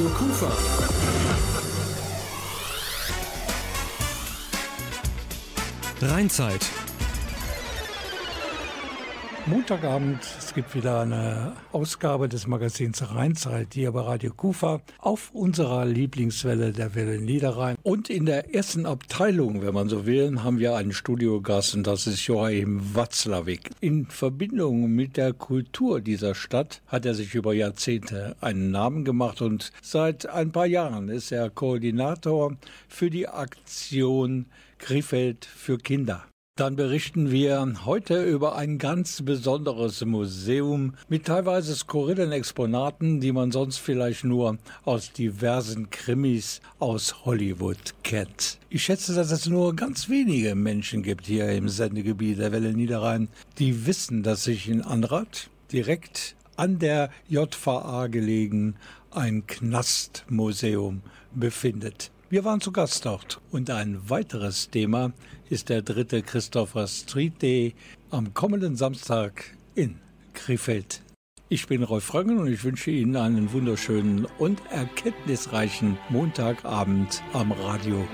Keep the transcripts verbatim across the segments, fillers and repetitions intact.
Radio Kufa. Rheinzeit. Montagabend, es gibt wieder eine Ausgabe des Magazins Rheinzeit hier bei Radio Kufa auf unserer Lieblingswelle, der Welle Niederrhein. Und in der ersten Abteilung, wenn man so will, haben wir einen Studiogast und das ist Joachim Watzlawick. In Verbindung mit der Kultur dieser Stadt hat er sich über Jahrzehnte einen Namen gemacht und seit ein paar Jahren ist er Koordinator für die Aktion Krefeld für Kinder. Dann berichten wir heute über ein ganz besonderes Museum mit teilweise skurrilen Exponaten, die man sonst vielleicht nur aus diversen Krimis aus Hollywood kennt. Ich schätze, dass es nur ganz wenige Menschen gibt hier im Sendegebiet der Welle Niederrhein, die wissen, dass sich in Anrath direkt an der J V A gelegen ein Knastmuseum befindet. Wir waren zu Gast dort und ein weiteres Thema ist der dritte Christopher Street Day am kommenden Samstag in Krefeld. Ich bin Rolf Frangen und ich wünsche Ihnen einen wunderschönen und erkenntnisreichen Montagabend am Radio.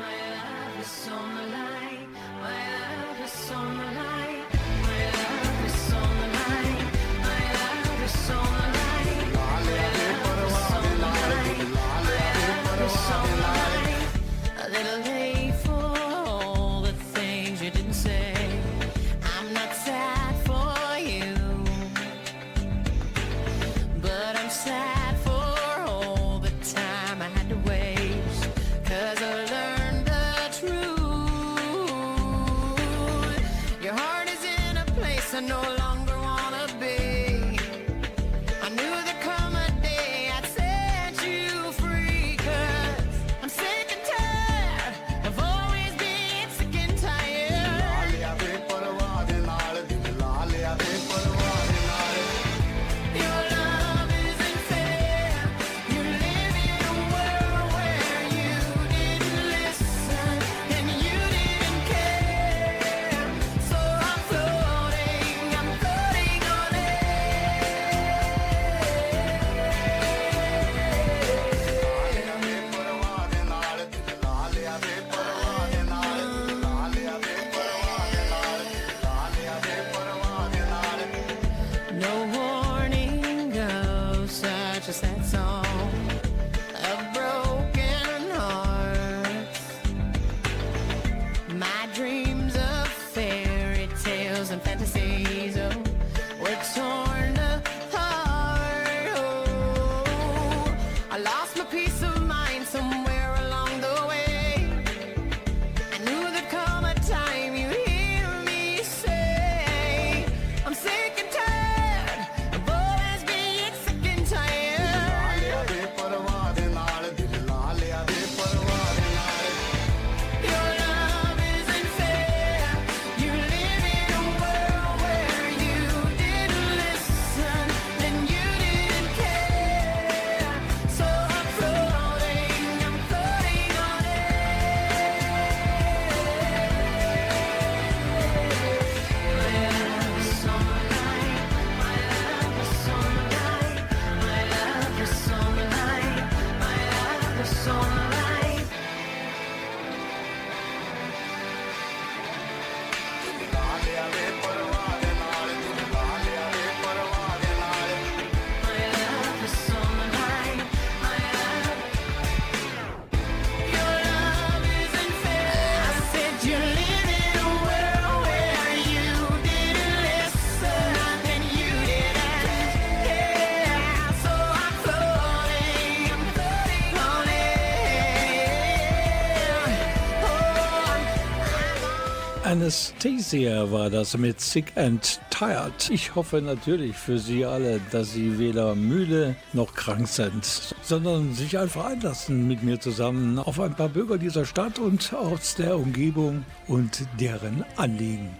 Anastasia war das mit Sick and Tired. Ich hoffe natürlich für Sie alle, dass Sie weder müde noch krank sind, sondern sich einfach einlassen mit mir zusammen auf ein paar Bürger dieser Stadt und aus der Umgebung und deren Anliegen.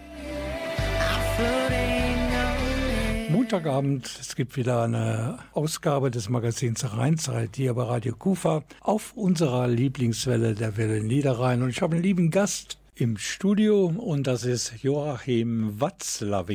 Montagabend, es gibt wieder eine Ausgabe des Magazins Rheinzeit hier bei Radio Kufa auf unserer Lieblingswelle, der Welle Niederrhein. Und ich habe einen lieben Gast im Studio und das ist Joachim Watzlawick.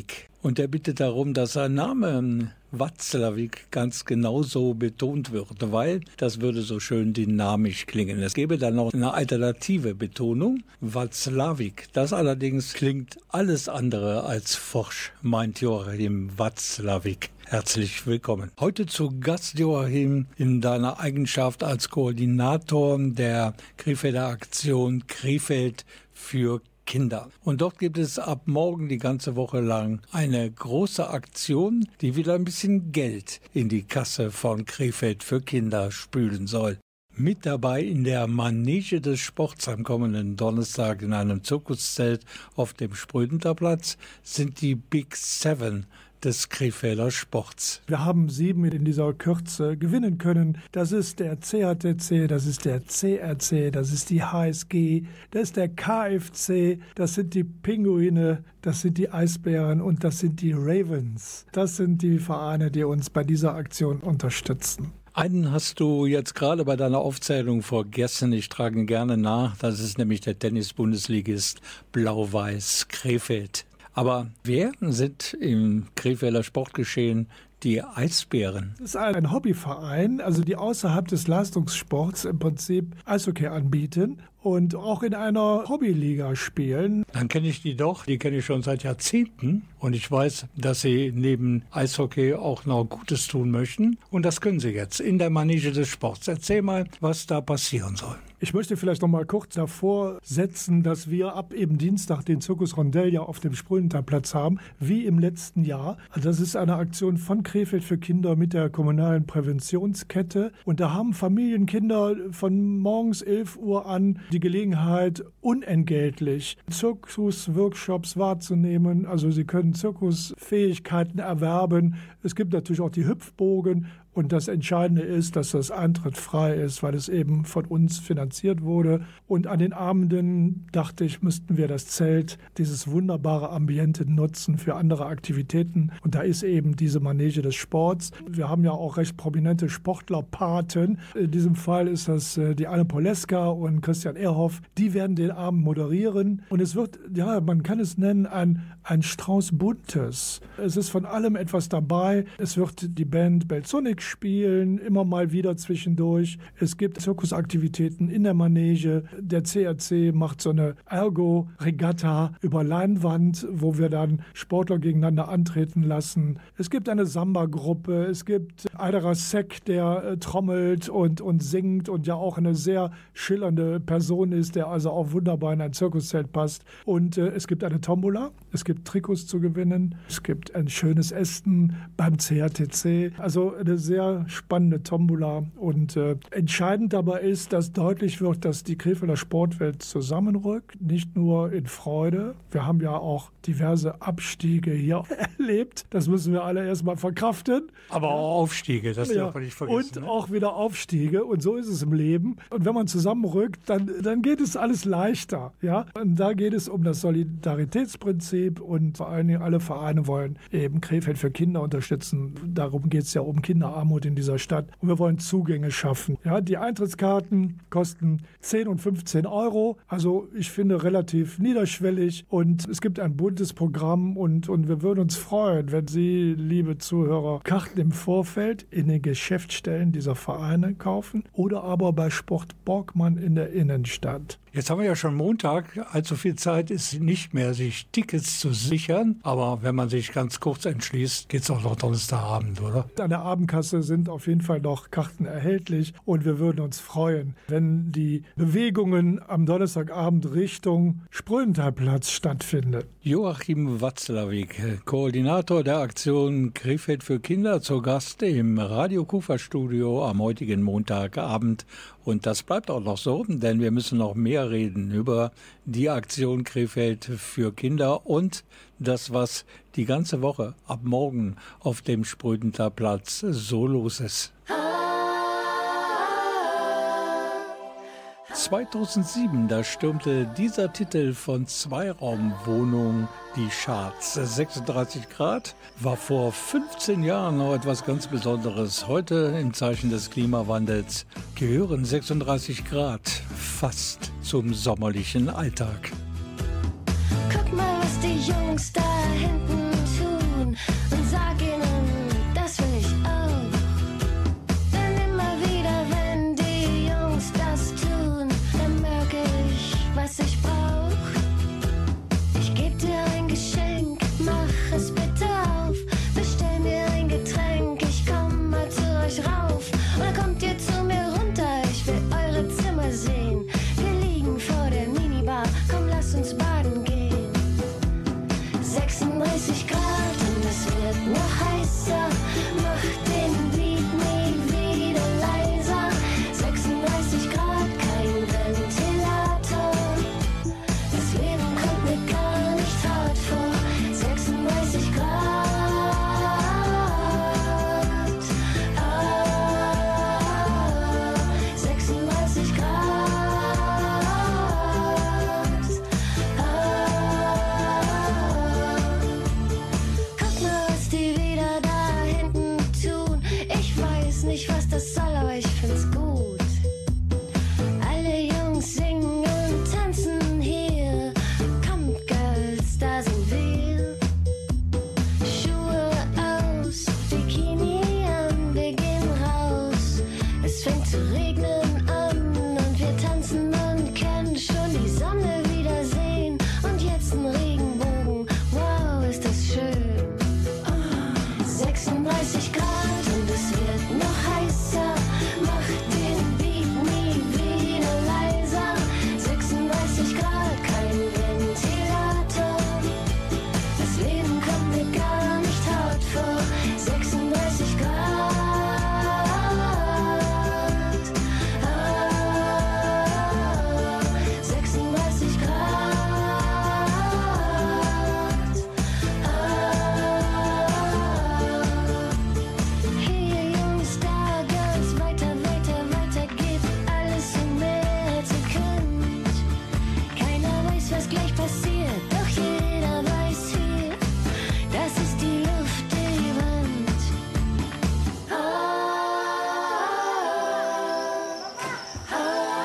Und er bittet darum, dass sein Name Watzlawick ganz genauso betont wird, weil das würde so schön dynamisch klingen. Es gäbe dann noch eine alternative Betonung, Watzlawick. Das allerdings klingt alles andere als forsch, meint Joachim Watzlawick. Herzlich willkommen. Heute zu Gast, Joachim, in deiner Eigenschaft als Koordinator der Krefelder Aktion Krefeld für Kinder. Und dort gibt es ab morgen die ganze Woche lang eine große Aktion, die wieder ein bisschen Geld in die Kasse von Krefeld für Kinder spülen soll. Mit dabei in der Manege des Sports am kommenden Donnerstag in einem Zirkuszelt auf dem Sprödenter Platz sind die Big Seven des Krefelder Sports. Wir haben sieben in dieser Kürze gewinnen können. Das ist der C H T C, das ist der C R C, das ist die H S G, das ist der K F C, das sind die Pinguine, das sind die Eisbären und das sind die Ravens. Das sind die Vereine, die uns bei dieser Aktion unterstützen. Einen hast du jetzt gerade bei deiner Aufzählung vergessen. Ich trage gerne nach. Das ist nämlich der Tennis-Bundesligist Blau-Weiß Krefeld. Aber wer sind im Krefelder Sportgeschehen die Eisbären? Das ist ein Hobbyverein, also die außerhalb des Leistungssports im Prinzip Eishockey anbieten und auch in einer Hobbyliga spielen. Dann kenne ich die doch, die kenne ich schon seit Jahrzehnten und ich weiß, dass sie neben Eishockey auch noch Gutes tun möchten und das können sie jetzt in der Manege des Sports. Erzähl mal, was da passieren soll. Ich möchte vielleicht noch mal kurz davor setzen, dass wir ab eben Dienstag den Zirkus Rondell ja auf dem Sprödenter Platz haben, wie im letzten Jahr. Das ist eine Aktion von Krefeld für Kinder mit der kommunalen Präventionskette. Und da haben Familienkinder von morgens elf Uhr an die Gelegenheit, unentgeltlich Zirkusworkshops wahrzunehmen. Also sie können Zirkusfähigkeiten erwerben. Es gibt natürlich auch die Hüpfbogen. Und das Entscheidende ist, dass das Eintritt frei ist, weil es eben von uns finanziert wurde. Und an den Abenden, dachte ich, müssten wir das Zelt, dieses wunderbare Ambiente nutzen für andere Aktivitäten. Und da ist eben diese Manege des Sports. Wir haben ja auch recht prominente Sportlerpaten. In diesem Fall ist das die Anne Poleska und Christian Ehrhoff. Die werden den Abend moderieren. Und es wird, ja, man kann es nennen, ein, ein Strauß Buntes. Es ist von allem etwas dabei. Es wird die Band Belzonic spielen, immer mal wieder zwischendurch. Es gibt Zirkusaktivitäten in der Manege. Der C R C macht so eine Ergo-Regatta über Leinwand, wo wir dann Sportler gegeneinander antreten lassen. Es gibt eine Samba-Gruppe. Es gibt Aidara Sek, der äh, trommelt und, und singt und ja auch eine sehr schillernde Person ist, der also auch wunderbar in ein Zirkuszelt passt. Und äh, es gibt eine Tombola. Es gibt Trikots zu gewinnen. Es gibt ein schönes Essen beim C H T C. Also eine sehr sehr spannende Tombola und äh, entscheidend dabei ist, dass deutlich wird, dass die Krefelder Sportwelt zusammenrückt, nicht nur in Freude. Wir haben ja auch diverse Abstiege hier erlebt. Das müssen wir alle erstmal verkraften. Aber auch Aufstiege, das ja. darf man nicht vergessen. Und ne? auch wieder Aufstiege und so ist es im Leben. Und wenn man zusammenrückt, dann, dann geht es alles leichter. Ja? Und da geht es um das Solidaritätsprinzip und vor allen Dingen alle Vereine wollen eben Krefeld für Kinder unterstützen. Darum geht es ja um Kinderarmut in dieser Stadt und wir wollen Zugänge schaffen. Ja, die Eintrittskarten kosten zehn und fünfzehn Euro, also ich finde relativ niederschwellig und es gibt ein buntes Programm und, und wir würden uns freuen, wenn Sie, liebe Zuhörer, Karten im Vorfeld in den Geschäftsstellen dieser Vereine kaufen oder aber bei Sport Borgmann in der Innenstadt. Jetzt haben wir ja schon Montag, allzu viel Zeit ist nicht mehr, sich Tickets zu sichern. Aber wenn man sich ganz kurz entschließt, geht es auch noch Donnerstagabend, oder? An der Abendkasse sind auf jeden Fall noch Karten erhältlich und wir würden uns freuen, wenn die Bewegungen am Donnerstagabend Richtung Sprödentalplatz stattfinden. Joachim Watzlawick, Koordinator der Aktion Krefeld für Kinder, zu Gast im Radio Kufa Studio am heutigen Montagabend. Und das bleibt auch noch so, denn wir müssen noch mehr reden über die Aktion Krefeld für Kinder und das, was die ganze Woche ab morgen auf dem Sprödenter Platz so los ist. zweitausendsieben, da stürmte dieser Titel von Zweiraumwohnung die Charts. sechsunddreißig Grad war vor fünfzehn Jahren noch etwas ganz Besonderes. Heute im Zeichen des Klimawandels gehören sechsunddreißig Grad fast zum sommerlichen Alltag. Guck mal, was die Jungs da hinten tun. sechsunddreißig Grad und es wird noch heißer. Mach den Beat nie wieder leiser. sechsunddreißig Grad, kein Ventilator. Das Leben kommt mir gar nicht hart vor. sechsunddreißig Grad. Ah, sechsunddreißig Grad. Ah, guck mal, was die wieder da hinten tun. Ich weiß nicht, was das soll, aber ich find's gut. Alle Jungs singen und tanzen hier. Kommt, Girls, da sind wir. Schuhe aus, Bikini an, wir gehen raus. Es fängt zu regnen an und wir tanzen und können schon die Sonne wiedersehen. Und jetzt ein Regenbogen, wow, ist das schön. sechsunddreißig Grad und es wird noch heißer. Mach den Beat nie wieder leiser. sechsunddreißig Grad, kein Ventilator. Das Leben kommt mir gar nicht hart vor. sechsunddreißig Grad. Ah, sechsunddreißig Grad. Ah, hier Jungs, da ganz weiter, weiter, weiter geht alles und mehr als ihr könnt. Keiner weiß, was gleich passiert, doch jeder weiß hier, das ist die Luft, die Wand. Ah, ah,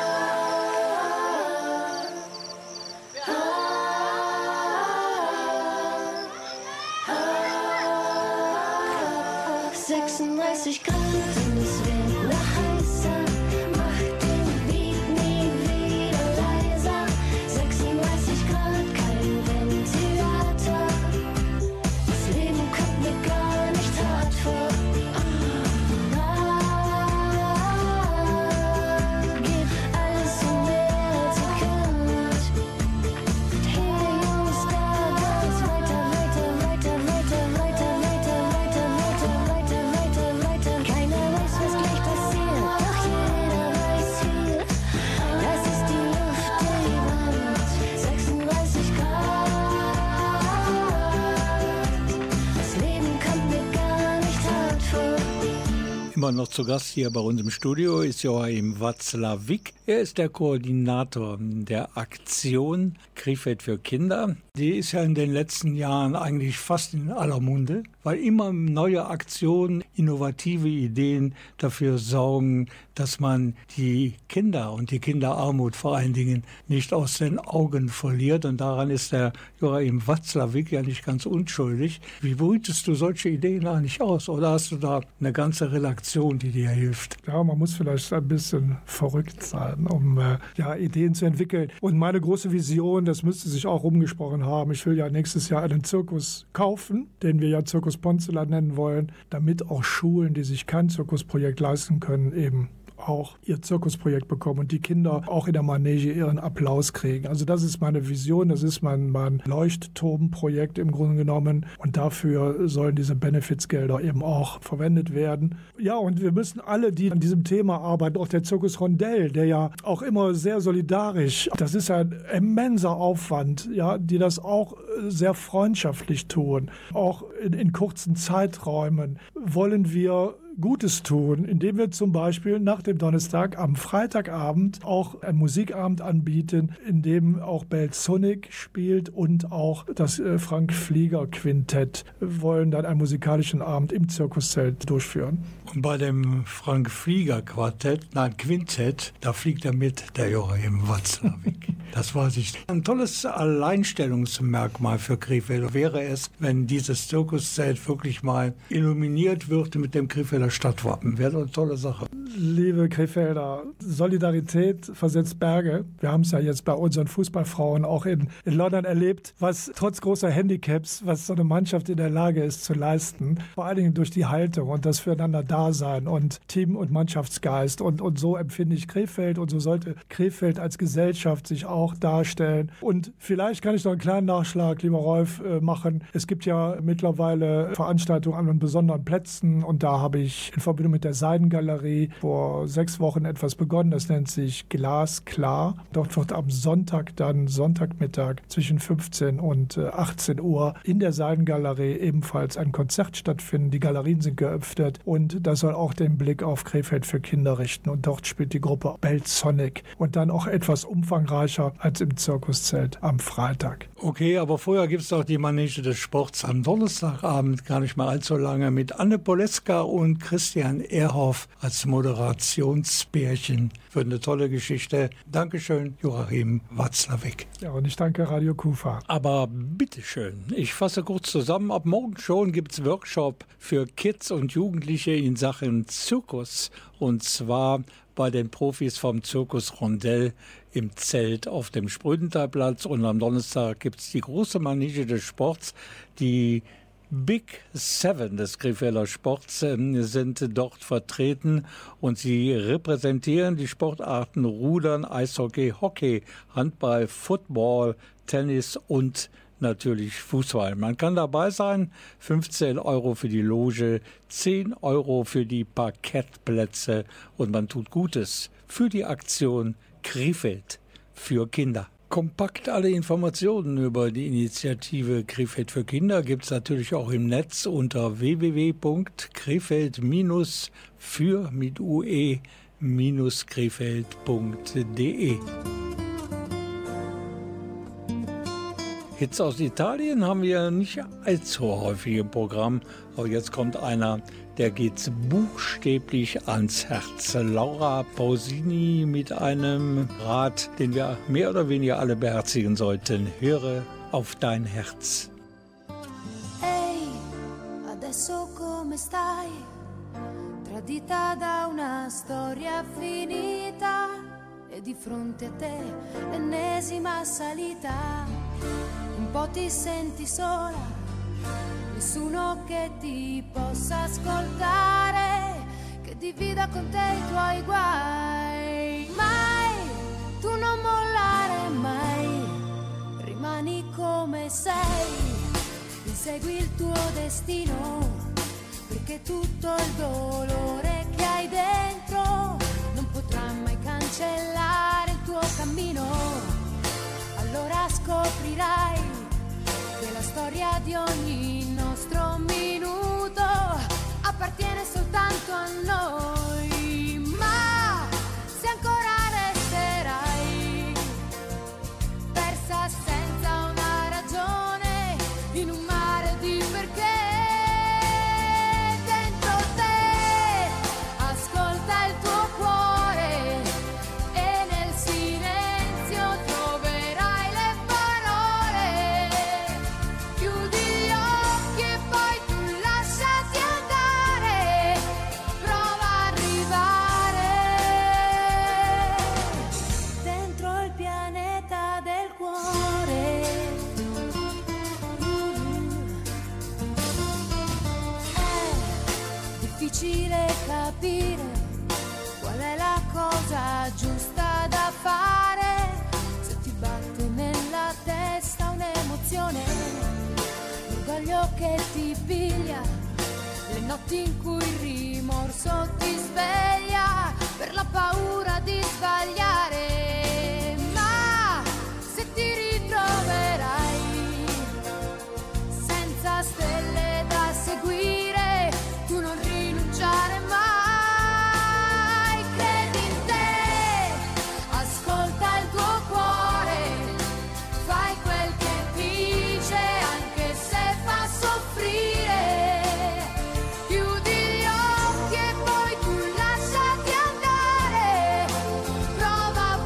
ah, ah, sechsunddreißig Grad und es wird noch heißer. Mach den Beat nie wieder leiser. sechsunddreißig Grad, kein Ventilator. Das Leben kommt mir gar nicht hart vor. Ah, geht alles und mehr als ihr könnt. Hier Jungs, da ganz weiter, weiter, weiter, weiter, weiter, weiter, weiter, weiter, weiter, weiter, weiter. Keiner weiß, was gleich passiert, doch jeder weiß hier, das ist die Luft, die Wand. sechsunddreißig Grad. Das Leben kommt mir gar nicht hart vor. Immer noch zu Gast hier bei uns im Studio ist Joachim Watzlawick. Er ist der Koordinator der Aktion Krefeld für Kinder. Die ist ja in den letzten Jahren eigentlich fast in aller Munde, weil immer neue Aktionen, innovative Ideen dafür sorgen, dass man die Kinder und die Kinderarmut vor allen Dingen nicht aus den Augen verliert. Und daran ist der Joachim Watzlawick ja nicht ganz unschuldig. Wie brütest du solche Ideen eigentlich aus? Oder hast du da eine ganze Redaktion, die dir hilft? Ja, man muss vielleicht ein bisschen verrückt sein, um äh, ja, Ideen zu entwickeln. Und meine große Vision, das müsste sich auch rumgesprochen haben, ich will ja nächstes Jahr einen Zirkus kaufen, den wir ja Zirkus Ponzilla nennen wollen, damit auch Schulen, die sich kein Zirkusprojekt leisten können, eben auch ihr Zirkusprojekt bekommen und die Kinder auch in der Manege ihren Applaus kriegen. Also das ist meine Vision, das ist mein, mein Leuchtturmprojekt im Grunde genommen und dafür sollen diese Benefizgelder eben auch verwendet werden. Ja, und wir müssen alle, die an diesem Thema arbeiten, auch der Zirkus Rondell, der ja auch immer sehr solidarisch, das ist ein immenser Aufwand, ja, die das auch sehr freundschaftlich tun, auch in, in kurzen Zeiträumen wollen wir Gutes tun, indem wir zum Beispiel nach dem Donnerstag am Freitagabend auch einen Musikabend anbieten, in dem auch Belsonic spielt und auch das äh, Frank Flieger Quintett wollen dann einen musikalischen Abend im Zirkuszelt durchführen. Und bei dem Frank Flieger Quartett, nein Quintett, da fliegt er mit, der Joachim Watzlawick. Das weiß ich. Ein tolles Alleinstellungsmerkmal für Krefeld wäre es, wenn dieses Zirkuszelt wirklich mal illuminiert würde mit dem Krefeld Krefelder Stadtwappen. Wäre eine tolle Sache. Liebe Krefelder, Solidarität versetzt Berge. Wir haben es ja jetzt bei unseren Fußballfrauen auch in, in London erlebt, was trotz großer Handicaps, was so eine Mannschaft in der Lage ist zu leisten. Vor allen Dingen durch die Haltung und das Füreinander-Dasein und Team- und Mannschaftsgeist. Und, und so empfinde ich Krefeld und so sollte Krefeld als Gesellschaft sich auch darstellen. Und vielleicht kann ich noch einen kleinen Nachschlag, lieber Rolf, äh, machen. Es gibt ja mittlerweile Veranstaltungen an besonderen Plätzen und da habe ich in Verbindung mit der Seidengalerie vor sechs Wochen etwas begonnen. Das nennt sich Glasklar. Dort wird am Sonntag dann, Sonntagmittag zwischen fünfzehn und achtzehn Uhr in der Seidengalerie ebenfalls ein Konzert stattfinden. Die Galerien sind geöffnet und das soll auch den Blick auf Krefeld für Kinder richten. Und dort spielt die Gruppe Belsonic und dann auch etwas umfangreicher als im Zirkuszelt am Freitag. Okay, aber vorher gibt es doch die Manege des Sports am Donnerstagabend, gar nicht mal allzu lange, mit Anne Poleska und Christian Ehrhoff als Moderationspärchen für eine tolle Geschichte. Dankeschön, Joachim Watzlawick. Ja, und ich danke Radio Kufa. Aber bitteschön, ich fasse kurz zusammen. Ab morgen schon gibt es Workshop für Kids und Jugendliche in Sachen Zirkus. Und zwar bei den Profis vom Zirkus Rondell im Zelt auf dem Sprödentalplatz. Und am Donnerstag gibt es die große Manege des Sports, die Big Seven des Krefelder Sports äh, sind dort vertreten und sie repräsentieren die Sportarten Rudern, Eishockey, Hockey, Handball, Football, Tennis und natürlich Fußball. Man kann dabei sein, fünfzehn Euro für die Loge, zehn Euro für die Parkettplätze und man tut Gutes für die Aktion Krefeld für Kinder. Kompakt alle Informationen über die Initiative Krefeld für Kinder gibt es natürlich auch im Netz unter w w w punkt krefeld für mit ue krefeld punkt de. Hits aus Italien haben wir nicht allzu häufig im Programm, aber jetzt kommt einer, der geht buchstäblich ans Herz. Laura Pausini mit einem Rat, den wir mehr oder weniger alle beherzigen sollten. Höre auf dein Herz. Ehi, adesso come stai? Tradita da una storia finita e di fronte a te l'ennesima salita. Un po' ti senti sola, nessuno che ti possa ascoltare, che divida con te i tuoi guai. Mai, tu non mollare mai, rimani come sei, insegui il tuo destino, perché tutto il dolore che hai dentro non potrà mai cancellare il tuo cammino. Allora scoprirai che la storia di ogni nostro minuto appartiene soltanto a noi. Ma se ancora resterai persa senza una ragione in un mare di perché, dentro te ascolta il tuo cuore e nel silenzio troverai le parole. Chiudi gli occhi e poi tu lasciati andare, prova a arrivare dentro il pianeta del cuore. È difficile capire qual è la cosa giusta da fare, se ti batte nella testa un'emozione, l'orgoglio che ti piglia, le notti in cui il rimorso ti sveglia per la paura di sbagliare. Ma se ti ritroverai senza stelle da seguire, tu non rinunciare mai. Credi in te, ascolta il tuo cuore, fai quel che dice anche se fa soffrire. Chiudi gli occhi e poi tu lasciati andare, prova a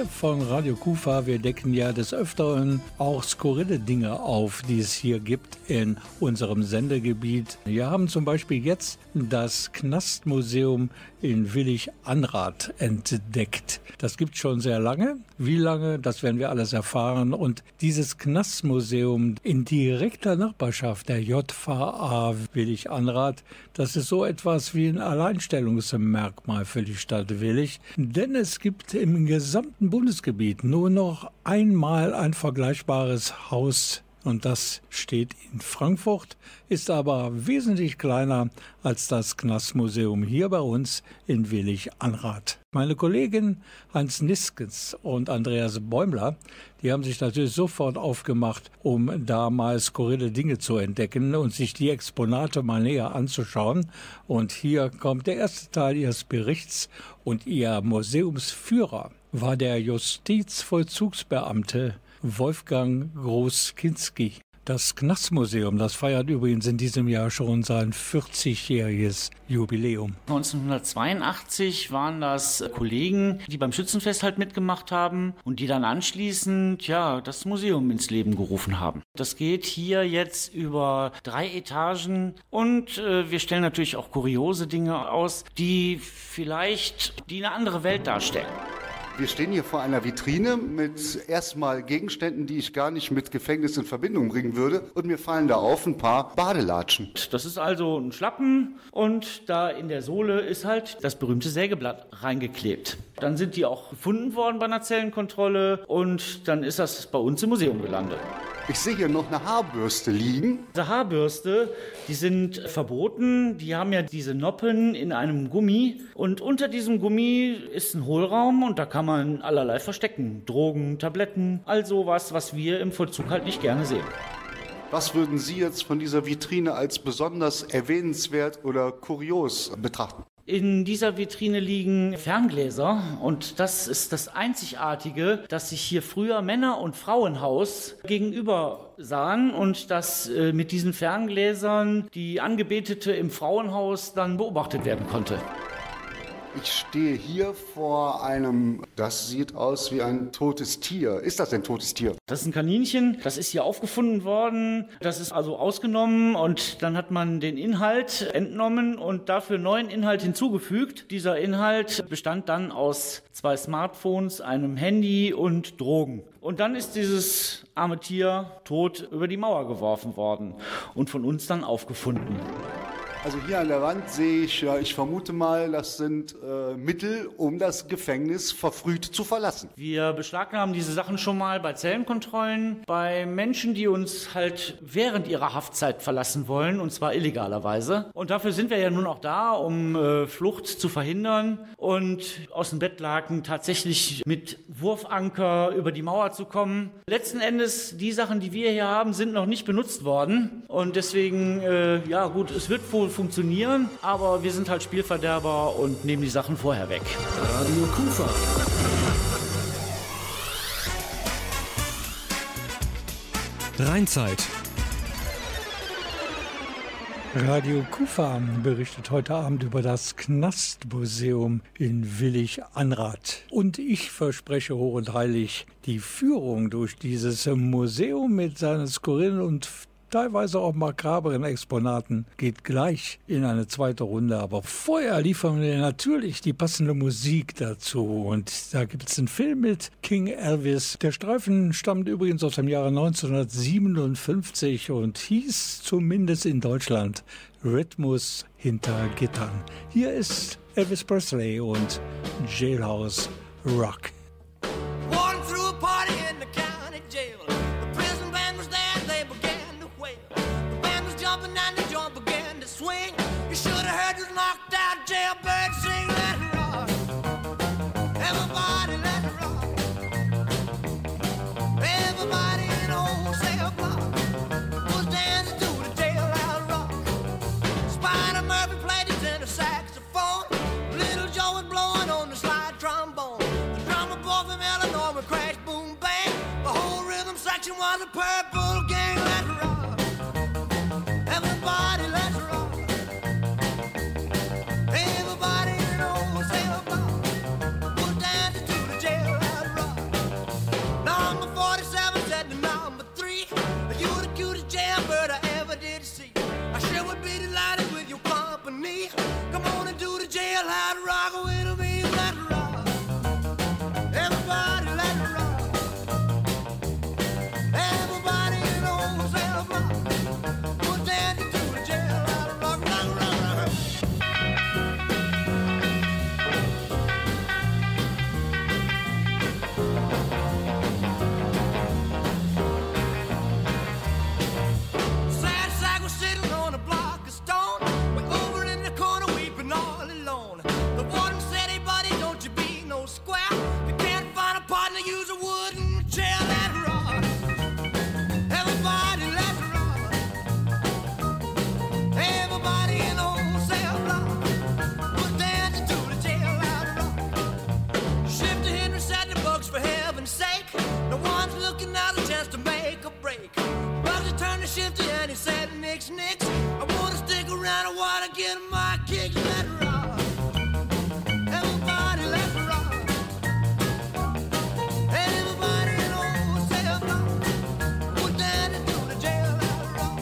Wir von Radio Kufa, wir decken ja des Öfteren auch skurrile Dinge auf, die es hier gibt in unserem Sendegebiet. Wir haben zum Beispiel jetzt das Knastmuseum in Willig-Anrath entdeckt. Das gibt es schon sehr lange. Wie lange, das werden wir alles erfahren. Und dieses Knastmuseum in direkter Nachbarschaft der J V A Willig-Anrath, das ist so etwas wie ein Alleinstellungsmerkmal für die Stadt Willig. Denn es gibt im gesamten Bundesgebiet nur noch einmal ein vergleichbares Haus. Und das steht in Frankfurt, ist aber wesentlich kleiner als das Knastmuseum hier bei uns in Willig-Anrath. Meine Kollegen Hans Niskens und Andreas Bäumler, die haben sich natürlich sofort aufgemacht, um da mal skurrile Dinge zu entdecken und sich die Exponate mal näher anzuschauen. Und hier kommt der erste Teil ihres Berichts und ihr Museumsführer war der Justizvollzugsbeamte Wolfgang Groß-Kinski. Das Knastmuseum, das feiert übrigens in diesem Jahr schon sein vierzigjähriges Jubiläum. neunzehnhundertzweiundachtzig waren das Kollegen, die beim Schützenfest halt mitgemacht haben und die dann anschließend ja das Museum ins Leben gerufen haben. Das geht hier jetzt über drei Etagen und äh, wir stellen natürlich auch kuriose Dinge aus, die vielleicht die eine andere Welt darstellen. Wir stehen hier vor einer Vitrine mit erstmal Gegenständen, die ich gar nicht mit Gefängnis in Verbindung bringen würde. Und mir fallen da auf ein paar Badelatschen. Das ist also ein Schlappen und da in der Sohle ist halt das berühmte Sägeblatt reingeklebt. Dann sind die auch gefunden worden bei einer Zellenkontrolle und dann ist das bei uns im Museum gelandet. Ich sehe hier noch eine Haarbürste liegen. Diese Haarbürste, die sind verboten. Die haben ja diese Noppen in einem Gummi. Und unter diesem Gummi ist ein Hohlraum und da kann man allerlei verstecken. Drogen, Tabletten, all sowas, was wir im Vollzug halt nicht gerne sehen. Was würden Sie jetzt von dieser Vitrine als besonders erwähnenswert oder kurios betrachten? In dieser Vitrine liegen Ferngläser und das ist das Einzigartige, dass sich hier früher Männer- und Frauenhaus gegenüber sahen und dass äh, mit diesen Ferngläsern die Angebetete im Frauenhaus dann beobachtet werden konnte. Ich stehe hier vor einem, das sieht aus wie ein totes Tier. Ist das ein totes Tier? Das ist ein Kaninchen, das ist hier aufgefunden worden. Das ist also ausgenommen und dann hat man den Inhalt entnommen und dafür neuen Inhalt hinzugefügt. Dieser Inhalt bestand dann aus zwei Smartphones, einem Handy und Drogen. Und dann ist dieses arme Tier tot über die Mauer geworfen worden und von uns dann aufgefunden. Also hier an der Wand sehe ich, ja, ich vermute mal, das sind äh, Mittel, um das Gefängnis verfrüht zu verlassen. Wir beschlagnahmen diese Sachen schon mal bei Zellenkontrollen, bei Menschen, die uns halt während ihrer Haftzeit verlassen wollen, und zwar illegalerweise. Und dafür sind wir ja nun auch da, um äh, Flucht zu verhindern und aus dem Bettlaken tatsächlich mit Wurfanker über die Mauer zu kommen. Letzten Endes, die Sachen, die wir hier haben, sind noch nicht benutzt worden. Und deswegen, äh, ja gut, es wird wohl funktionieren, aber wir sind halt Spielverderber und nehmen die Sachen vorher weg. Radio Kufa. Rheinzeit. Radio Kufa berichtet heute Abend über das Knastmuseum in Willig-Anrath. Und ich verspreche hoch und heilig, die Führung durch dieses Museum mit seinen skurrilen und teilweise auch makaberen Exponaten geht gleich in eine zweite Runde. Aber vorher liefern wir natürlich die passende Musik dazu. Und da gibt es einen Film mit King Elvis. Der Streifen stammt übrigens aus dem Jahre neunzehnhundertsiebenundfünfzig und hieß zumindest in Deutschland Rhythmus hinter Gittern. Hier ist Elvis Presley und Jailhouse Rock. And the joint began to swing. You should have heard this knocked out jailbird sing. Let it rock. Everybody let it rock. Everybody in the whole cell block was dancing to the jailhouse rock. Spider Murphy played his tenor saxophone. Little Joe was blowing on the slide trombone. The drummer boy from Illinois would crash, boom, bang. The whole rhythm section was a purple gang. Let it rock. Everybody, let's rock. Everybody in the whole cell block was dancing to the jailhouse rock. break. Roger turned the shifty and he said, nix, nix. I wanna stick around and wanna get my kicks. Let it rock. Everybody let it rock. And everybody in old cell block was down into the jail, let it rock.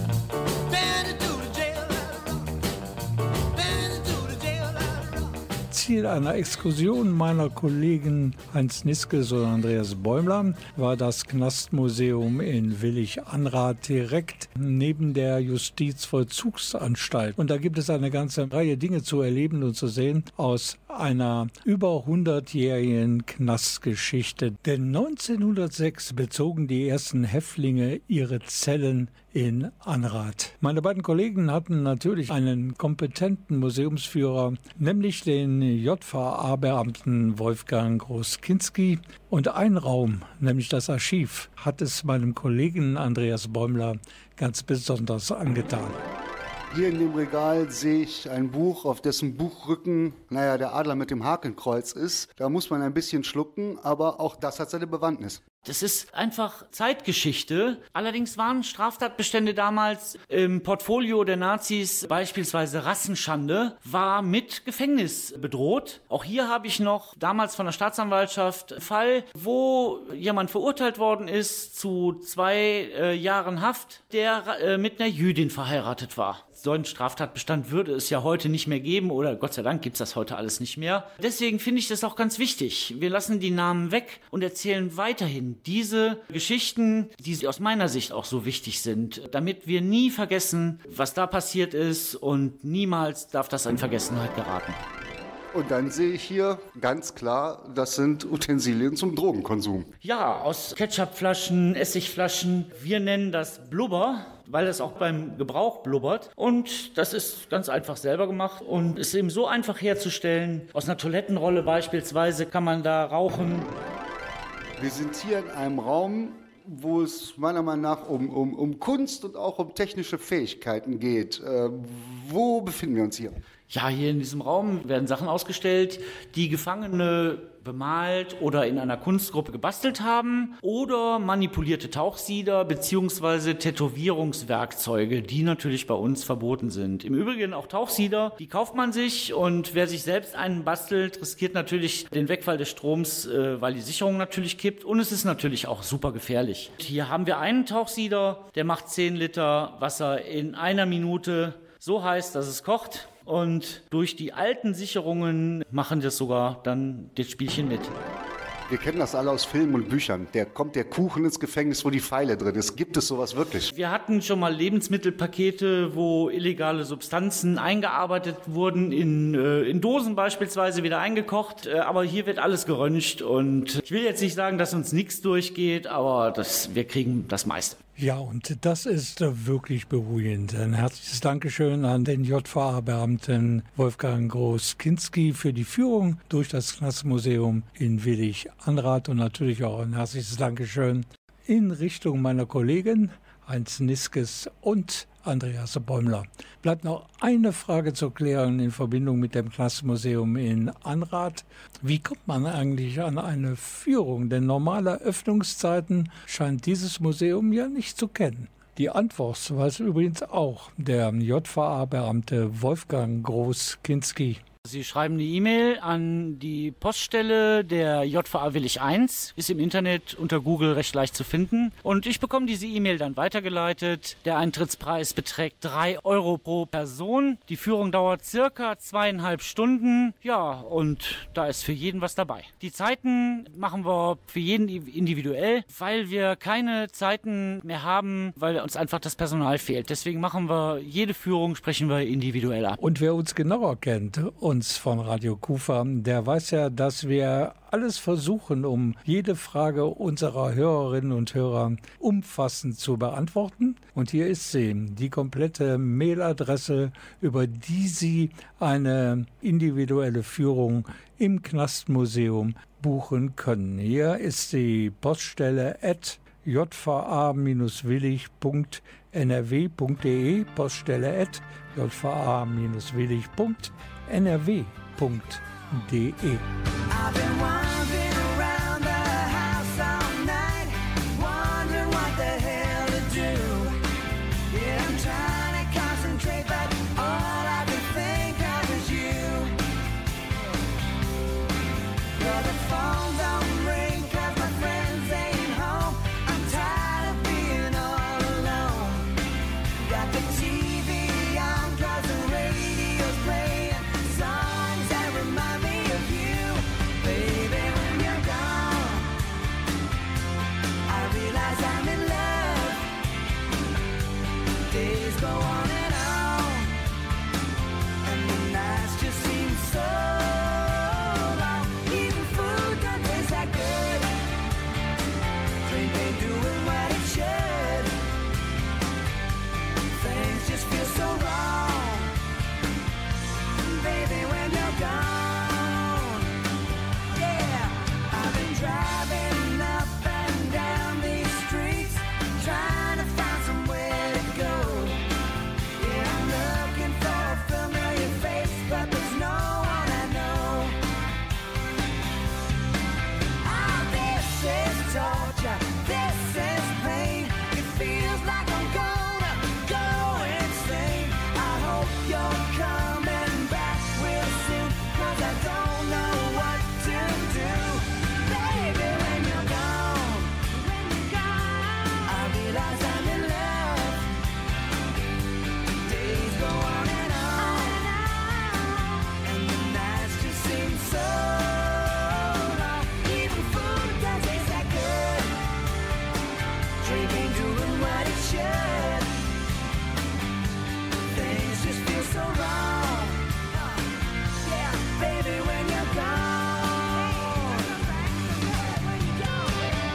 Down into the jail, let it rock. Down into the jail, let it rock. Ziel einer Exkursion meiner Kollegen Heinz Niskes und Andreas Bäumler war das Knastmuseum in Willig-Anrath direkt neben der Justizvollzugsanstalt. Und da gibt es eine ganze Reihe Dinge zu erleben und zu sehen aus einer über hundertjährigen Knastgeschichte. Denn neunzehnhundertsechs bezogen die ersten Häftlinge ihre Zellen in Anrath. Meine beiden Kollegen hatten natürlich einen kompetenten Museumsführer, nämlich den J V A-Beamten Wolfgang Groß-Kinski. Und ein Raum, nämlich das Archiv, hat es meinem Kollegen Andreas Bäumler ganz besonders angetan. Hier in dem Regal sehe ich ein Buch, auf dessen Buchrücken, naja, der Adler mit dem Hakenkreuz ist. Da muss man ein bisschen schlucken, aber auch das hat seine Bewandtnis. Das ist einfach Zeitgeschichte. Allerdings waren Straftatbestände damals im Portfolio der Nazis, beispielsweise Rassenschande, war mit Gefängnis bedroht. Auch hier habe ich noch damals von der Staatsanwaltschaft einen Fall, wo jemand verurteilt worden ist zu zwei äh, Jahren Haft, der äh, mit einer Jüdin verheiratet war. So einen Straftatbestand würde es ja heute nicht mehr geben oder Gott sei Dank gibt es das heute alles nicht mehr. Deswegen finde ich das auch ganz wichtig. Wir lassen die Namen weg und erzählen weiterhin diese Geschichten, die aus meiner Sicht auch so wichtig sind, damit wir nie vergessen, was da passiert ist und niemals darf das in Vergessenheit geraten. Und dann sehe ich hier ganz klar, das sind Utensilien zum Drogenkonsum. Ja, aus Ketchupflaschen, Essigflaschen. Wir nennen das Blubber, weil es auch beim Gebrauch blubbert. Und das ist ganz einfach selber gemacht und ist eben so einfach herzustellen. Aus einer Toilettenrolle beispielsweise kann man da rauchen. Wir sind hier in einem Raum, wo es meiner Meinung nach um, um, um Kunst und auch um technische Fähigkeiten geht. Äh, wo befinden wir uns hier? Ja, hier in diesem Raum werden Sachen ausgestellt, die Gefangene bemalt oder in einer Kunstgruppe gebastelt haben oder manipulierte Tauchsieder bzw. Tätowierungswerkzeuge, die natürlich bei uns verboten sind. Im Übrigen auch Tauchsieder, die kauft man sich und wer sich selbst einen bastelt, riskiert natürlich den Wegfall des Stroms, äh, weil die Sicherung natürlich kippt und es ist natürlich auch super gefährlich. Hier haben wir einen Tauchsieder, der macht zehn Liter Wasser in einer Minute, so heiß, dass es kocht. Und durch die alten Sicherungen machen das sogar dann das Spielchen mit. Wir kennen das alle aus Filmen und Büchern. Da kommt der Kuchen ins Gefängnis, wo die Pfeile drin ist. Gibt es sowas wirklich? Wir hatten schon mal Lebensmittelpakete, wo illegale Substanzen eingearbeitet wurden, in, äh, in Dosen beispielsweise wieder eingekocht. Äh, aber hier wird alles geröntgt und ich will jetzt nicht sagen, dass uns nichts durchgeht, aber das, wir kriegen das meiste. Ja, und das ist wirklich beruhigend. Ein herzliches Dankeschön an den J V A-Beamten Wolfgang Groß-Kinski für die Führung durch das Knastmuseum in Willig-Anrath und natürlich auch ein herzliches Dankeschön in Richtung meiner Kollegen Heinz Niskes und Andreas Bäumler. Bleibt noch eine Frage zu klären in Verbindung mit dem Knastmuseum in Anrath. Wie kommt man eigentlich an eine Führung? Denn normale Öffnungszeiten scheint dieses Museum ja nicht zu kennen. Die Antwort weiß übrigens auch der J V A-Beamte Wolfgang Groß-Kinski. Sie schreiben eine E-Mail an die Poststelle der J V A Willig eins, ist im Internet unter Google recht leicht zu finden. Und ich bekomme diese E-Mail dann weitergeleitet. Der Eintrittspreis beträgt drei Euro pro Person. Die Führung dauert circa zweieinhalb Stunden. Ja, und da ist für jeden was dabei. Die Zeiten machen wir für jeden individuell, weil wir keine Zeiten mehr haben, weil uns einfach das Personal fehlt. Deswegen machen wir jede Führung, sprechen wir individuell ab. Und wer uns genauer kennt, uns von Radio Kufa, der weiß ja, dass wir alles versuchen, um jede Frage unserer Hörerinnen und Hörer umfassend zu beantworten. Und hier ist sie, die komplette Mailadresse, über die Sie eine individuelle Führung im Knastmuseum buchen können. Hier ist die Poststelle at j v a willig punkt n r w punkt d e, Poststelle at j v a willig punkt n r w punkt d e. Wondering what the hell you're coming back real soon, 'cause I don't know what to do. Baby, when you're gone, when you're gone, I realize I'm in love. Days go on and on, and the nights just seem so long. Even food that tastes that good, drinking, doing what it should. Things just feel so wrong. Yeah, baby, when you're gone. When you're gone.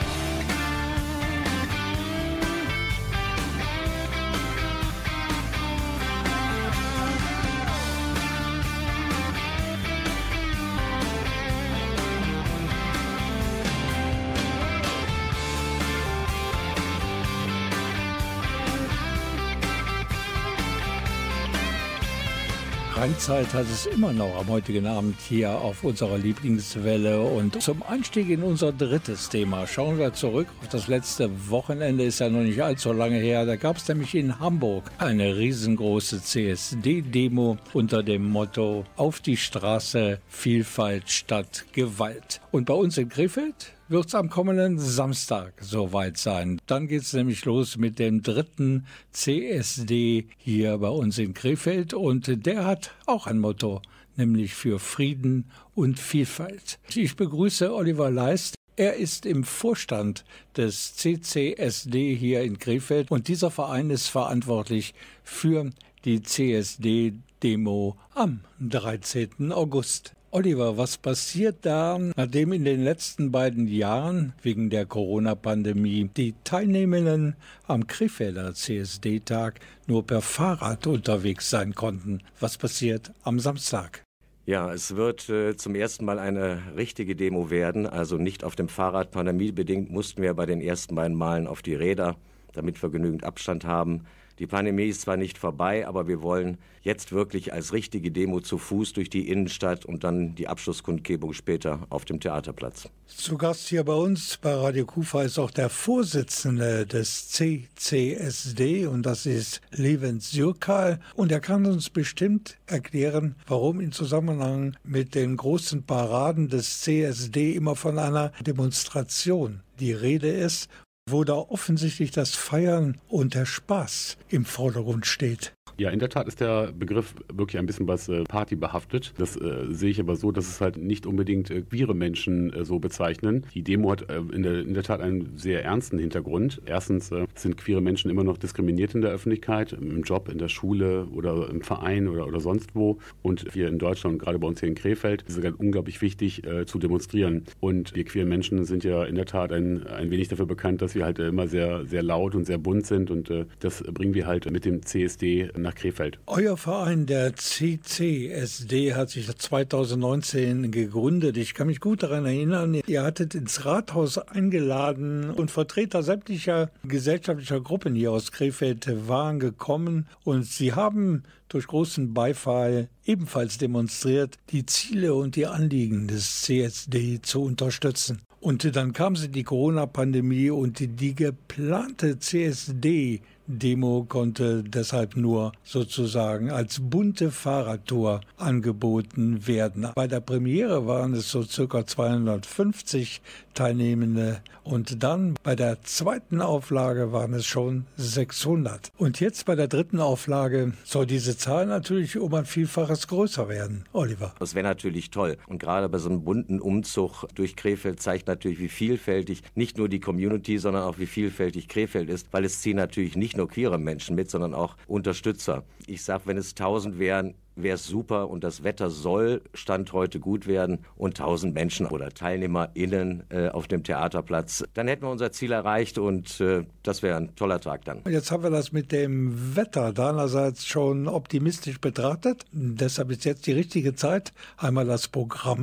Rheinzeit hat es immer noch am heutigen Abend hier auf unserer Lieblingswelle. Und zum Einstieg in unser drittes Thema schauen wir zurück auf das letzte Wochenende. Ist ja noch nicht allzu lange her. Da gab es nämlich in Hamburg eine riesengroße C S D-Demo unter dem Motto Auf die Straße, Vielfalt statt Gewalt. Und bei uns in Krefeld wird es am kommenden Samstag soweit sein. Dann geht es nämlich los mit dem dritten C S D hier bei uns in Krefeld. Und der hat auch ein Motto, nämlich für Frieden und Vielfalt. Ich begrüße Oliver Leist. Er ist im Vorstand des C C S D hier in Krefeld. Und dieser Verein ist verantwortlich für die C S D-Demo am dreizehnten August. Oliver, was passiert da, nachdem in den letzten beiden Jahren wegen der Corona-Pandemie die Teilnehmenden am Krefelder C S D-Tag nur per Fahrrad unterwegs sein konnten? Was passiert am Samstag? Ja, es wird äh, zum ersten Mal eine richtige Demo werden, also nicht auf dem Fahrrad. Pandemiebedingt mussten wir bei den ersten beiden Malen auf die Räder, damit wir genügend Abstand haben. Die Pandemie ist zwar nicht vorbei, aber wir wollen jetzt wirklich als richtige Demo zu Fuß durch die Innenstadt und dann die Abschlusskundgebung später auf dem Theaterplatz. Zu Gast hier bei uns bei Radio Kufa ist auch der Vorsitzende des C C S D und das ist Levent Sürkal. Und er kann uns bestimmt erklären, warum im Zusammenhang mit den großen Paraden des C S D immer von einer Demonstration die Rede ist, wo da offensichtlich das Feiern und der Spaß im Vordergrund steht. Ja, in der Tat ist der Begriff wirklich ein bisschen was äh, partybehaftet. Das äh, sehe ich aber so, dass es halt nicht unbedingt äh, queere Menschen äh, so bezeichnen. Die Demo hat äh, in, der, in der Tat einen sehr ernsten Hintergrund. Erstens äh, sind queere Menschen immer noch diskriminiert in der Öffentlichkeit, im Job, in der Schule oder im Verein oder, oder sonst wo. Und wir in Deutschland, gerade bei uns hier in Krefeld, ist es unglaublich wichtig äh, zu demonstrieren. Und wir queeren Menschen sind ja in der Tat ein, ein wenig dafür bekannt, dass wir halt äh, immer sehr, sehr laut und sehr bunt sind. Und äh, das bringen wir halt mit dem C S D nach Krefeld. Euer Verein, der C C S D, hat sich zweitausendneunzehn gegründet. Ich kann mich gut daran erinnern, ihr hattet ins Rathaus eingeladen und Vertreter sämtlicher gesellschaftlicher Gruppen hier aus Krefeld waren gekommen und sie haben durch großen Beifall ebenfalls demonstriert, die Ziele und die Anliegen des C S D zu unterstützen. Und dann kam sie die Corona-Pandemie und die, die geplante C S D-Demo konnte deshalb nur sozusagen als bunte Fahrradtour angeboten werden. Bei der Premiere waren es so circa zweihundertfünfzig Teilnehmende und dann bei der zweiten Auflage waren es schon sechshundert. Und jetzt bei der dritten Auflage soll diese Zahl natürlich um ein Vielfaches größer werden. Oliver. Das wäre natürlich toll. Und gerade bei so einem bunten Umzug durch Krefeld zeigt natürlich, wie vielfältig nicht nur die Community, sondern auch wie vielfältig Krefeld ist, weil es ziehen natürlich nicht nur queere Menschen mit, sondern auch Unterstützer. Ich sage, wenn es tausend wären, wäre es super und das Wetter soll Stand heute gut werden und tausend Menschen oder TeilnehmerInnen äh, auf dem Theaterplatz, dann hätten wir unser Ziel erreicht und äh, das wäre ein toller Tag dann. Jetzt haben wir das mit dem Wetter deinerseits schon optimistisch betrachtet. Deshalb ist jetzt die richtige Zeit, einmal das Programm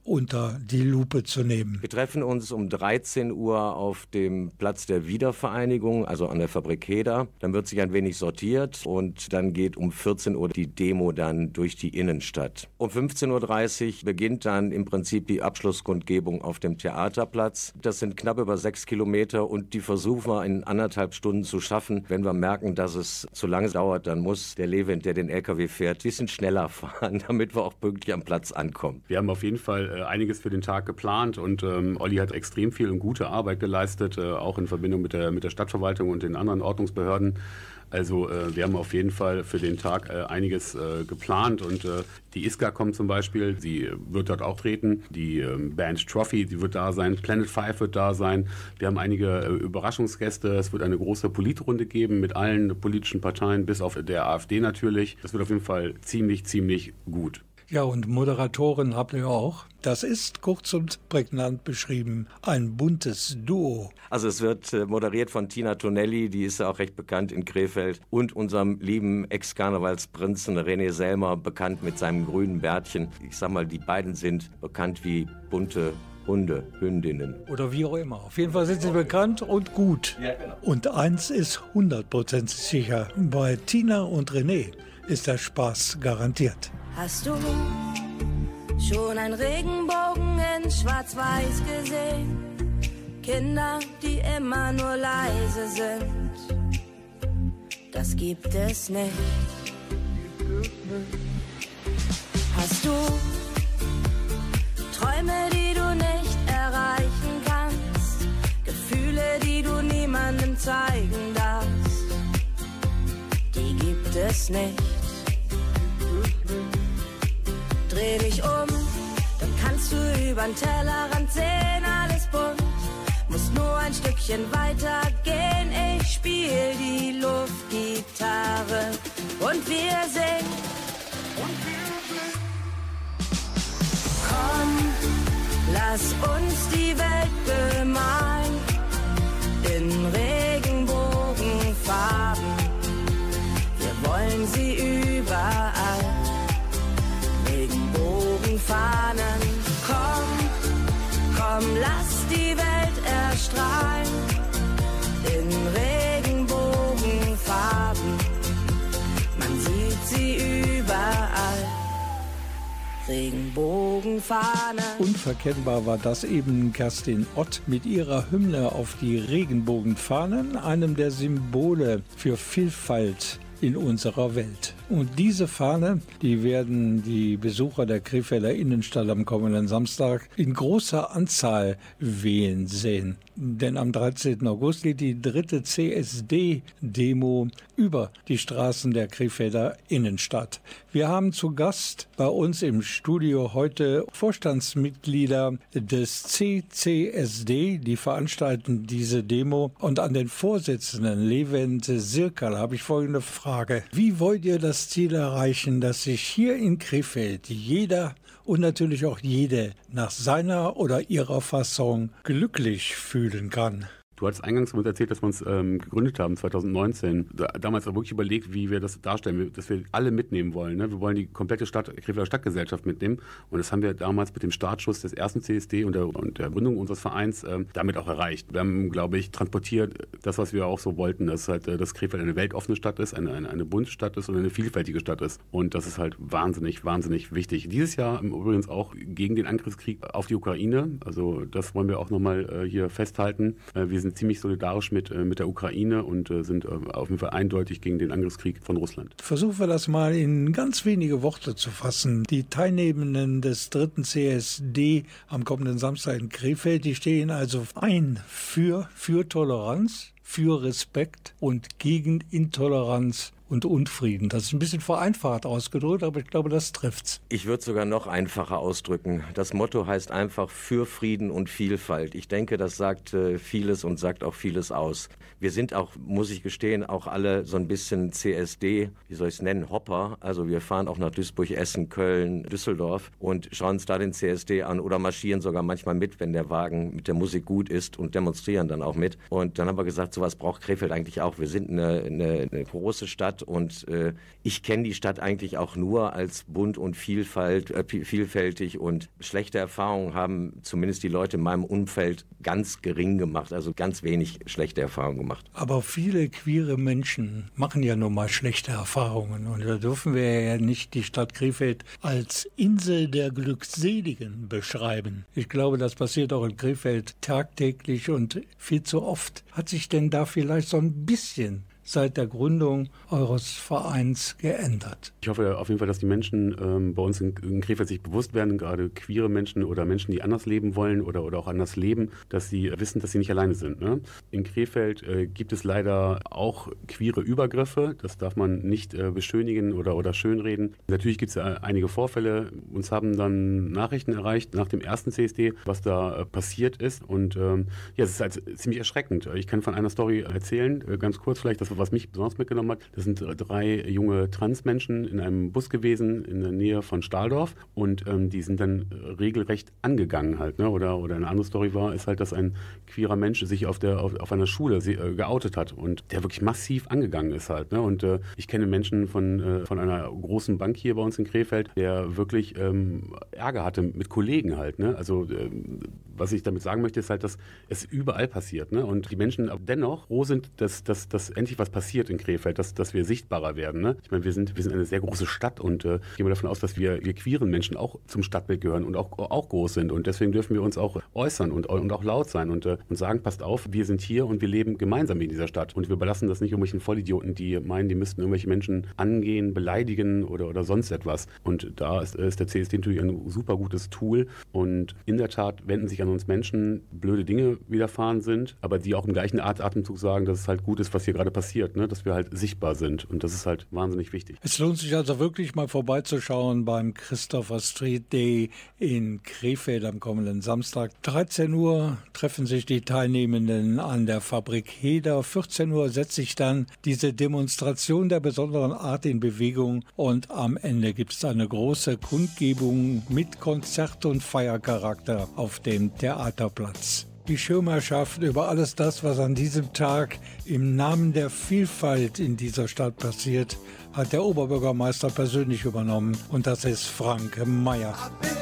unter die Lupe zu nehmen? Wir treffen uns um dreizehn Uhr auf dem Platz der Wiedervereinigung, also an der Fabrik Heder. Dann wird sich ein wenig sortiert und dann geht um vierzehn Uhr die Demo dann durch die Innenstadt. Um fünfzehn Uhr dreißig beginnt dann im Prinzip die Abschlusskundgebung auf dem Theaterplatz. Das sind knapp über sechs Kilometer und die versuchen wir in anderthalb Stunden zu schaffen. Wenn wir merken, dass es zu lange dauert, dann muss der Levent, der den L K W fährt, ein bisschen schneller fahren, damit wir auch pünktlich am Platz ankommen. Wir haben auf jeden Fall äh, einiges für den Tag geplant und ähm, Olli hat extrem viel und gute Arbeit geleistet, äh, auch in Verbindung mit der, mit der Stadtverwaltung und den anderen Ordnungsbehörden. Also äh, wir haben auf jeden Fall für den Tag äh, einiges äh, geplant und äh, die Iska kommt zum Beispiel, sie wird dort auch treten, die äh, Band Trophy, die wird da sein, Planet Five wird da sein. Wir haben einige äh, Überraschungsgäste, es wird eine große Politrunde geben mit allen politischen Parteien, bis auf der AfD natürlich. Das wird auf jeden Fall ziemlich, ziemlich gut. Ja, und Moderatoren habt ihr auch. Das ist kurz und prägnant beschrieben ein buntes Duo. Also es wird äh, moderiert von Tina Tonelli, die ist ja auch recht bekannt in Krefeld, und unserem lieben Ex-Karnevalsprinzen René Selmer, bekannt mit seinem grünen Bärtchen. Ich sag mal, die beiden sind bekannt wie bunte Hunde, Hündinnen. Oder wie auch immer. Auf jeden Fall sind sie bekannt und gut. Ja, genau. Und eins ist hundertprozentig sicher. Bei Tina und René ist der Spaß garantiert. Hast du schon einen Regenbogen in Schwarz-Weiß gesehen? Kinder, die immer nur leise sind. Das gibt es nicht. Hast du Träume, die du nicht erreichen kannst? Gefühle, die du niemandem zeigen darfst? Die gibt es nicht. Dreh dich um, dann kannst du übern Tellerrand sehen, alles bunt. Muss nur ein Stückchen weiter gehen, ich spiel die Luftgitarre und wir singen. Komm, lass uns die Welt bemalen in Regenbogenfarben. Wir wollen sie überall. Regenbogenfahnen, komm, komm, lass die Welt erstrahlen in Regenbogenfarben. Man sieht sie überall. Regenbogenfahnen. Unverkennbar war das eben Kerstin Ott mit ihrer Hymne auf die Regenbogenfahnen, einem der Symbole für Vielfalt in unserer Welt. Und diese Fahne, die werden die Besucher der Krefelder Innenstadt am kommenden Samstag in großer Anzahl wehen sehen. Denn am dreizehnten August geht die dritte C S D-Demo über die Straßen der Krefelder Innenstadt. Wir haben zu Gast bei uns im Studio heute Vorstandsmitglieder des C C S D, die veranstalten diese Demo. Und an den Vorsitzenden Levent Sirkal habe ich folgende Frage. Wie wollt ihr das Ziel erreichen, dass sich hier in Krefeld jeder und natürlich auch jede nach seiner oder ihrer Fassung glücklich fühlen kann? Du hattest eingangs uns erzählt, dass wir uns ähm, gegründet haben zwanzig neunzehn. Da, damals auch wirklich überlegt, wie wir das darstellen, dass wir alle mitnehmen wollen. Ne? Wir wollen die komplette Stadt, Krefelder Stadtgesellschaft mitnehmen. Und das haben wir damals mit dem Startschuss des ersten C S D und der, und der Gründung unseres Vereins ähm, damit auch erreicht. Wir haben, glaube ich, transportiert das, was wir auch so wollten, dass halt, dass Krefeld eine weltoffene Stadt ist, eine, eine, eine bunte Stadt ist und eine vielfältige Stadt ist. Und das ist halt wahnsinnig, wahnsinnig wichtig. Dieses Jahr übrigens auch gegen den Angriffskrieg auf die Ukraine. Also das wollen wir auch nochmal äh, hier festhalten. Äh, wir sind ziemlich solidarisch mit, äh, mit der Ukraine und äh, sind äh, auf jeden Fall eindeutig gegen den Angriffskrieg von Russland. Versuchen wir das mal in ganz wenige Worte zu fassen. Die Teilnehmenden des dritten C S D am kommenden Samstag in Krefeld, die stehen also ein für, für Toleranz, für Respekt und gegen Intoleranz und Unfrieden. Das ist ein bisschen vereinfacht ausgedrückt, aber ich glaube, das trifft's. Ich würde sogar noch einfacher ausdrücken. Das Motto heißt einfach für Frieden und Vielfalt. Ich denke, das sagt äh, vieles und sagt auch vieles aus. Wir sind auch, muss ich gestehen, auch alle so ein bisschen C S D, wie soll ich es nennen, Hopper. Also wir fahren auch nach Duisburg, Essen, Köln, Düsseldorf und schauen uns da den C S D an oder marschieren sogar manchmal mit, wenn der Wagen mit der Musik gut ist und demonstrieren dann auch mit. Und dann haben wir gesagt, sowas braucht Krefeld eigentlich auch. Wir sind eine, eine, eine große Stadt Stadt und äh, ich kenne die Stadt eigentlich auch nur als bunt und Vielfalt, äh, vielfältig und schlechte Erfahrungen haben zumindest die Leute in meinem Umfeld ganz gering gemacht, also ganz wenig schlechte Erfahrungen gemacht. Aber viele queere Menschen machen ja nun mal schlechte Erfahrungen und da dürfen wir ja nicht die Stadt Krefeld als Insel der Glückseligen beschreiben. Ich glaube, das passiert auch in Krefeld tagtäglich und viel zu oft. Hat sich denn da vielleicht so ein bisschen seit der Gründung eures Vereins geändert? Ich hoffe auf jeden Fall, dass die Menschen ähm, bei uns in, in Krefeld sich bewusst werden, gerade queere Menschen oder Menschen, die anders leben wollen oder, oder auch anders leben, dass sie wissen, dass sie nicht alleine sind. Ne? In Krefeld äh, gibt es leider auch queere Übergriffe. Das darf man nicht äh, beschönigen oder, oder schönreden. Natürlich gibt es äh, einige Vorfälle. Uns haben dann Nachrichten erreicht nach dem ersten C S D, was da äh, passiert ist. Und ähm, ja, es ist halt ziemlich erschreckend. Ich kann von einer Story erzählen, äh, ganz kurz vielleicht, das was mich besonders mitgenommen hat. Das sind drei junge Transmenschen in einem Bus gewesen in der Nähe von Stahldorf und ähm, die sind dann regelrecht angegangen halt. Ne? Oder, oder eine andere Story war, ist halt, dass ein queerer Mensch sich auf, der, auf, auf einer Schule äh, geoutet hat und der wirklich massiv angegangen ist halt. Ne? Und äh, ich kenne Menschen von, äh, von einer großen Bank hier bei uns in Krefeld, der wirklich ähm, Ärger hatte mit Kollegen halt. Ne? Also äh, was ich damit sagen möchte, ist halt, dass es überall passiert. Ne? Und die Menschen dennoch froh sind, dass, dass, dass endlich was passiert in Krefeld, dass, dass wir sichtbarer werden. Ne? Ich meine, wir sind, wir sind eine sehr große Stadt und äh, gehen wir davon aus, dass wir, wir queeren Menschen auch zum Stadtbild gehören und auch, auch groß sind. Und deswegen dürfen wir uns auch äußern und, und auch laut sein und, äh, und sagen, passt auf, wir sind hier und wir leben gemeinsam in dieser Stadt. Und wir überlassen das nicht irgendwelchen Vollidioten, die meinen, die müssten irgendwelche Menschen angehen, beleidigen oder, oder sonst etwas. Und da ist, ist der C S D natürlich ein super gutes Tool. Und in der Tat wenden sich an uns Menschen, blöde Dinge widerfahren sind, aber die auch im gleichen Atemzug sagen, dass es halt gut ist, was hier gerade passiert, ne? Dass wir halt sichtbar sind. Und das ist halt wahnsinnig wichtig. Es lohnt sich also wirklich mal vorbeizuschauen beim Christopher Street Day in Krefeld am kommenden Samstag. dreizehn Uhr treffen sich die Teilnehmenden an der Fabrik Heder. vierzehn Uhr setzt sich dann diese Demonstration der besonderen Art in Bewegung und am Ende gibt es eine große Kundgebung mit Konzert- und Feiercharakter auf dem Theaterplatz. Die Schirmherrschaft über alles das, was an diesem Tag im Namen der Vielfalt in dieser Stadt passiert, hat der Oberbürgermeister persönlich übernommen und das ist Frank Meyer.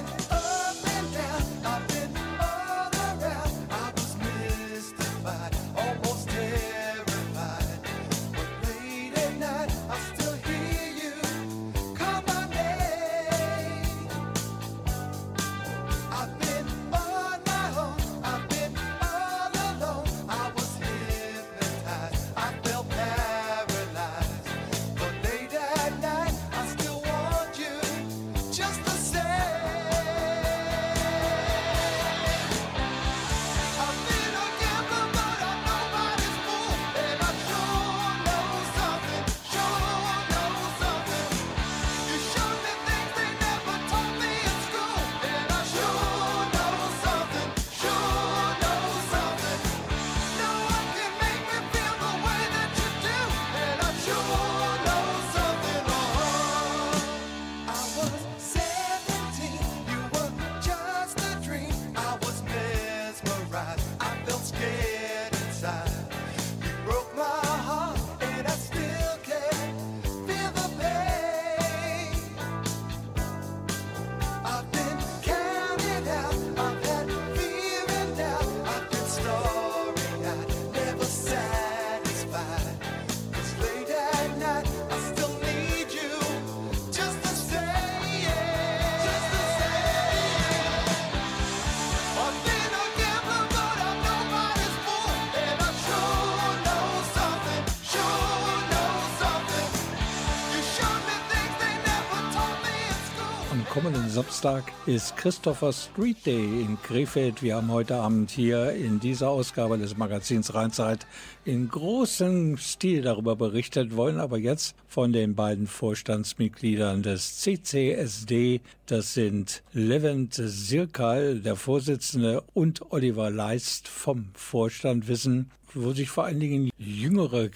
Kommenden Samstag ist Christopher Street Day in Krefeld. Wir haben heute Abend hier in dieser Ausgabe des Magazins Rheinzeit in großem Stil darüber berichtet, wollen aber jetzt von den beiden Vorstandsmitgliedern des C C S D, das sind Levent Sirkal, der Vorsitzende, und Oliver Leist vom Vorstand wissen, wo sich vor allen Dingen jüngere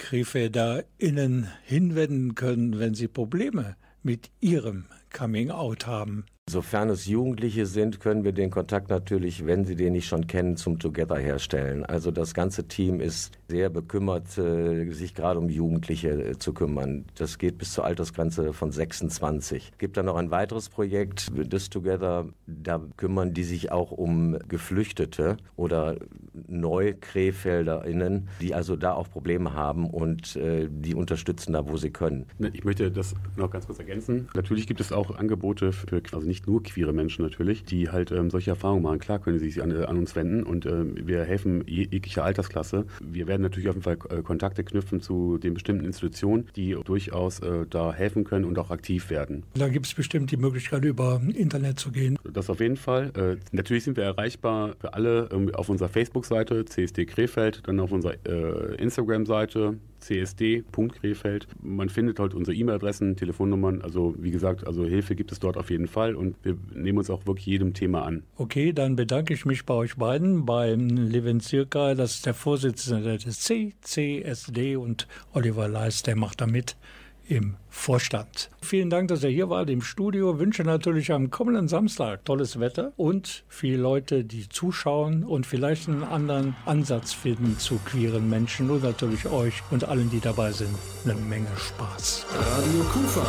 KrefelderInnen hinwenden können, wenn sie Probleme mit ihrem Coming-out haben. Sofern es Jugendliche sind, können wir den Kontakt natürlich, wenn sie den nicht schon kennen, zum Together herstellen. Also das ganze Team ist sehr bekümmert, sich gerade um Jugendliche zu kümmern. Das geht bis zur Altersgrenze von sechsundzwanzig. Es gibt dann noch ein weiteres Projekt des Together, da kümmern die sich auch um Geflüchtete oder Neu-KrefelderInnen, die also da auch Probleme haben und äh, die unterstützen da, wo sie können. Ich möchte das noch ganz kurz ergänzen. Natürlich gibt es auch Angebote für, also nicht nur queere Menschen natürlich, die halt ähm, solche Erfahrungen machen. Klar können sie sich an, an uns wenden und ähm, wir helfen jeglicher Altersklasse. Wir werden natürlich auf jeden Fall äh, Kontakte knüpfen zu den bestimmten Institutionen, die durchaus äh, da helfen können und auch aktiv werden. Da gibt es bestimmt die Möglichkeit, über Internet zu gehen. Das auf jeden Fall. Äh, natürlich sind wir erreichbar für alle ähm, auf unserer Facebook-Seite C S D Krefeld, dann auf unserer äh, Instagram-Seite c s d punkt krefeld. Man findet halt unsere E-Mail-Adressen, Telefonnummern. Also wie gesagt, also Hilfe gibt es dort auf jeden Fall und wir nehmen uns auch wirklich jedem Thema an. Okay, dann bedanke ich mich bei euch beiden, beim Levin Zirka, das ist der Vorsitzende des C C S D, und Oliver Leis, der macht da mit im Vorstand. Vielen Dank, dass er hier war im Studio. Wünsche natürlich am kommenden Samstag tolles Wetter und viele Leute, die zuschauen und vielleicht einen anderen Ansatz finden zu queeren Menschen und natürlich euch und allen, die dabei sind, eine Menge Spaß. Radio Kufa.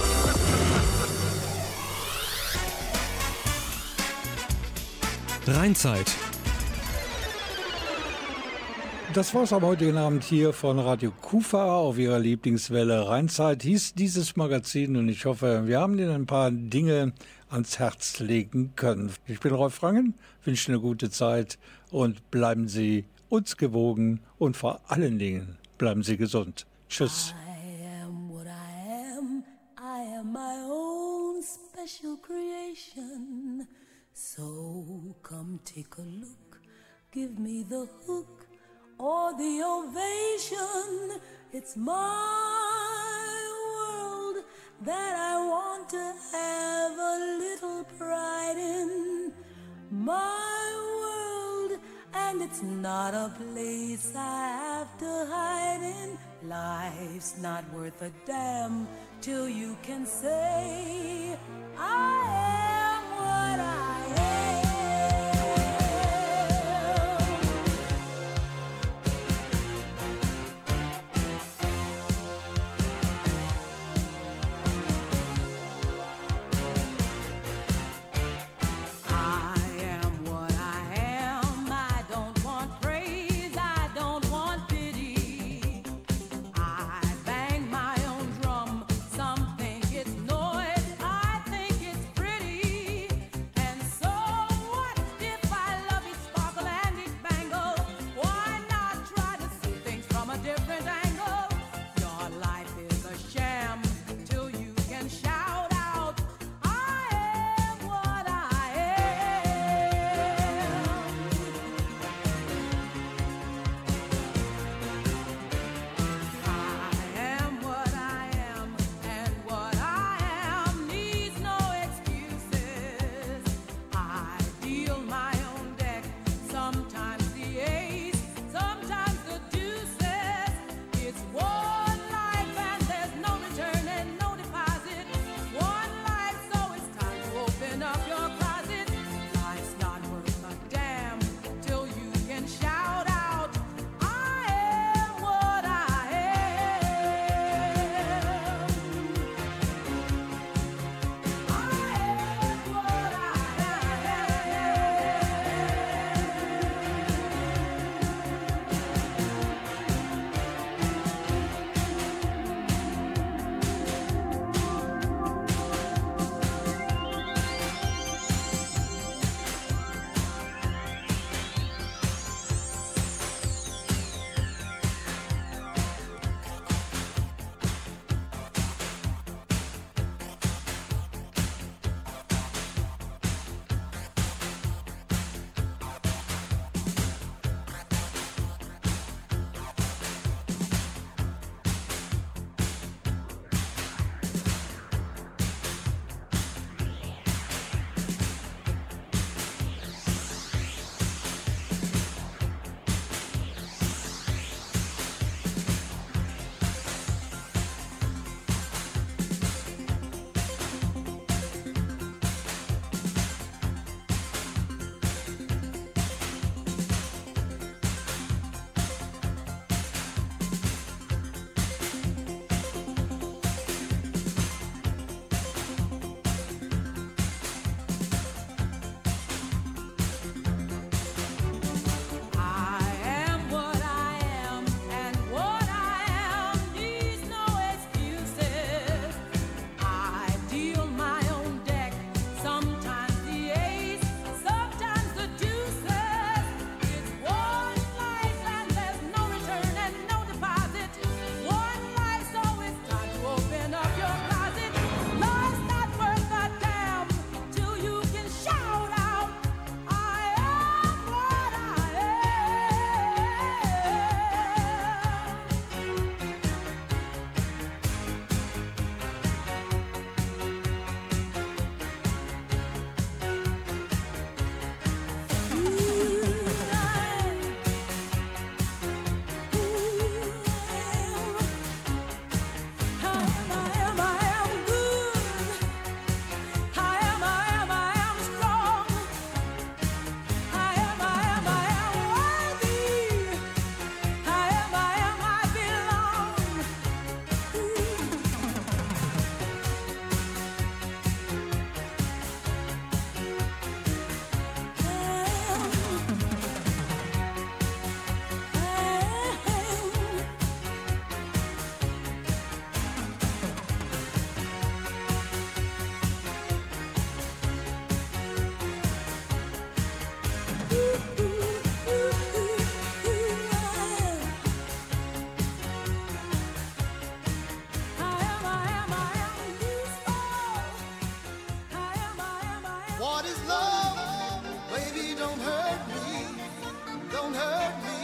Rheinzeit. Das war's am heutigen Abend hier von Radio Kufa auf Ihrer Lieblingswelle. Rheinzeit hieß dieses Magazin und ich hoffe, wir haben Ihnen ein paar Dinge ans Herz legen können. Ich bin Rolf Rangen, wünsche eine gute Zeit und bleiben Sie uns gewogen und vor allen Dingen bleiben Sie gesund. Tschüss. I am what I am. I am my own special creation. So come take a look. Give me the hook. Or the ovation. It's my world that I want to have a little pride in. My world, and it's not a place I have to hide in. Life's not worth a damn till you can say I am what I am. It's noise. What is love? Baby, don't hurt me. Don't hurt me.